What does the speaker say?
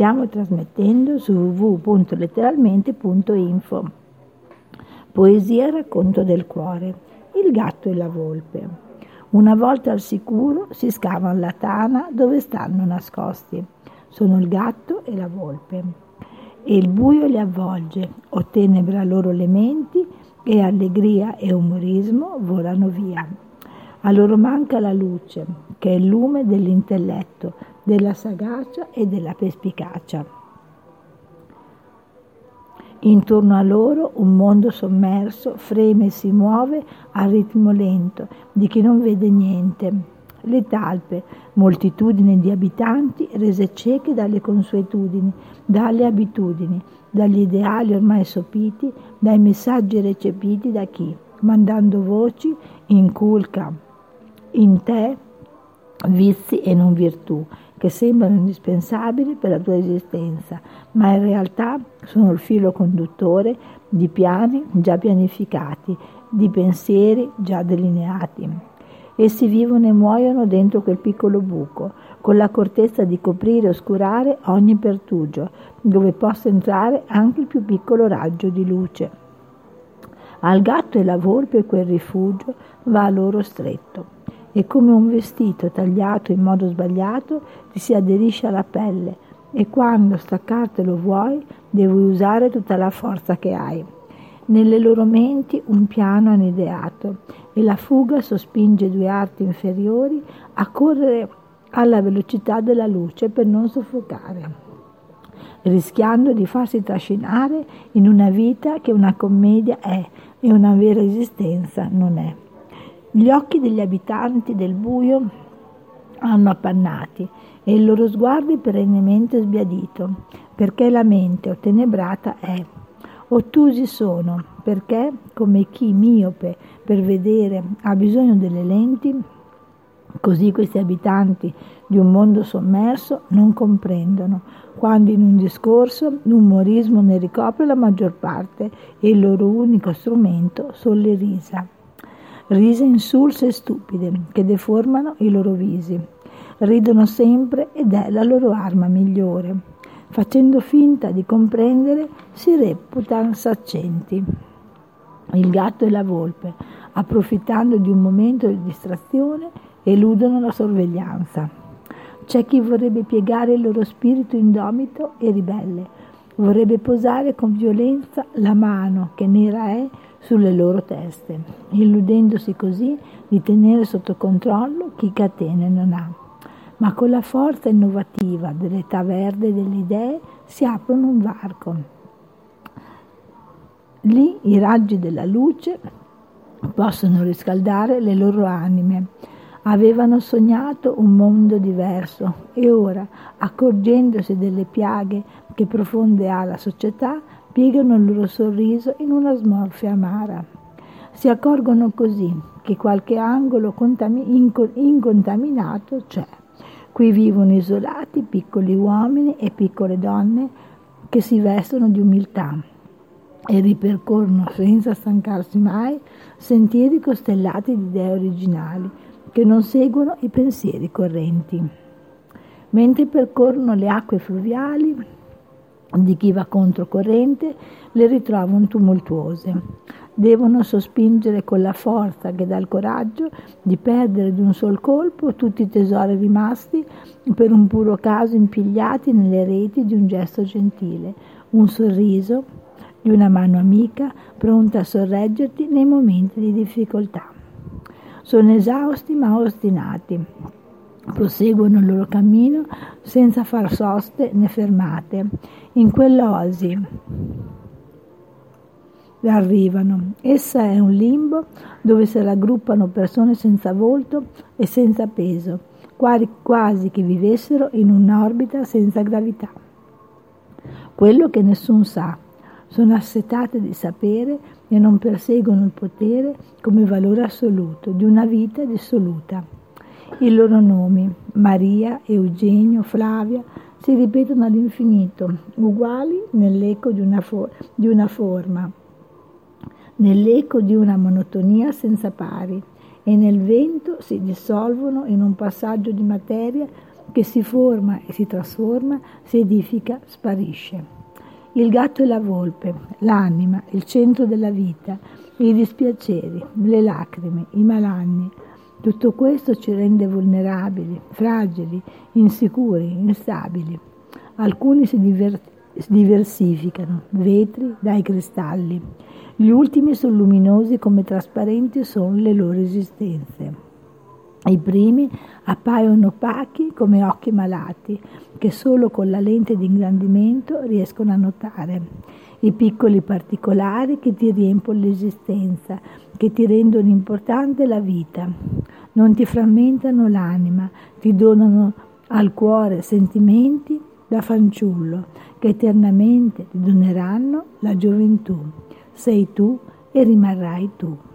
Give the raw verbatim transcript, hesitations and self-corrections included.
Stiamo trasmettendo su w w w punto letteralmente punto info. Poesia e racconto del cuore. Il gatto e la volpe. Una volta al sicuro si scavano la tana dove stanno nascosti. Sono il gatto e la volpe. E il buio li avvolge, o tenebra loro le menti, e allegria e umorismo volano via. A loro manca la luce, che è il lume dell'intelletto, della sagacia e della perspicacia. Intorno a loro un mondo sommerso freme e si muove a ritmo lento di chi non vede niente. Le talpe, moltitudine di abitanti rese cieche dalle consuetudini, dalle abitudini, dagli ideali ormai sopiti, dai messaggi recepiti da chi, mandando voci, inculca in te vizi e non virtù, che sembrano indispensabili per la tua esistenza, ma in realtà sono il filo conduttore di piani già pianificati, di pensieri già delineati. Essi vivono e muoiono dentro quel piccolo buco, con l'accortezza di coprire e oscurare ogni pertugio, dove possa entrare anche il più piccolo raggio di luce. Al gatto e la volpe quel rifugio va loro stretto. E come un vestito tagliato in modo sbagliato ti si aderisce alla pelle e quando staccartelo vuoi devi usare tutta la forza che hai. Nelle loro menti un piano hanno ideato e la fuga sospinge due arti inferiori a correre alla velocità della luce per non soffocare, rischiando di farsi trascinare in una vita che una commedia è e una vera esistenza non è. Gli occhi degli abitanti del buio hanno appannati e il loro sguardo è perennemente sbiadito, perché la mente ottenebrata è. Ottusi sono, perché, come chi miope per vedere ha bisogno delle lenti, così questi abitanti di un mondo sommerso non comprendono, quando in un discorso l'umorismo ne ricopre la maggior parte e il loro unico strumento sono le risa. Risa insulse e stupide che deformano i loro visi. Ridono sempre ed è la loro arma migliore. Facendo finta di comprendere si reputano saccenti. Il gatto e la volpe, approfittando di un momento di distrazione, eludono la sorveglianza. C'è chi vorrebbe piegare il loro spirito indomito e ribelle, vorrebbe posare con violenza la mano che nera è sulle loro teste, illudendosi così di tenere sotto controllo chi catene non ha. Ma con la forza innovativa dell'età verde delle idee si aprono un varco. Lì i raggi della luce possono riscaldare le loro anime. Avevano sognato un mondo diverso e ora, accorgendosi delle piaghe che profonde ha la società, piegano il loro sorriso in una smorfia amara. Si accorgono così che qualche angolo contami- inco- incontaminato c'è. Qui vivono isolati piccoli uomini e piccole donne che si vestono di umiltà e ripercorrono senza stancarsi mai sentieri costellati di idee originali che non seguono i pensieri correnti. Mentre percorrono le acque fluviali di chi va controcorrente, le ritrovano tumultuose. Devono sospingere con la forza che dà il coraggio di perdere di un sol colpo tutti i tesori rimasti per un puro caso impigliati nelle reti di un gesto gentile, un sorriso di una mano amica pronta a sorreggerti nei momenti di difficoltà. Sono esausti ma ostinati. Proseguono il loro cammino senza far soste né fermate. In quell'oasi arrivano. Essa è un limbo dove si raggruppano persone senza volto e senza peso, quasi che vivessero in un'orbita senza gravità. Quello che nessun sa. Sono assetate di sapere e non perseguono il potere come valore assoluto di una vita dissoluta. I loro nomi, Maria, Eugenio, Flavia, si ripetono all'infinito, uguali nell'eco di una, for- di una forma, nell'eco di una monotonia senza pari, e nel vento si dissolvono in un passaggio di materia che si forma e si trasforma, si edifica, sparisce. Il gatto e la volpe, l'anima, il centro della vita, i dispiaceri, le lacrime, i malanni. Tutto questo ci rende vulnerabili, fragili, insicuri, instabili. Alcuni si, diver- si diversificano, vetri dai cristalli. Gli ultimi sono luminosi come trasparenti sono le loro esistenze. I primi appaiono opachi come occhi malati, che solo con la lente di ingrandimento riescono a notare. I piccoli particolari che ti riempiono l'esistenza, che ti rendono importante la vita. Non ti frammentano l'anima, ti donano al cuore sentimenti da fanciullo, che eternamente ti doneranno la gioventù. Sei tu e rimarrai tu.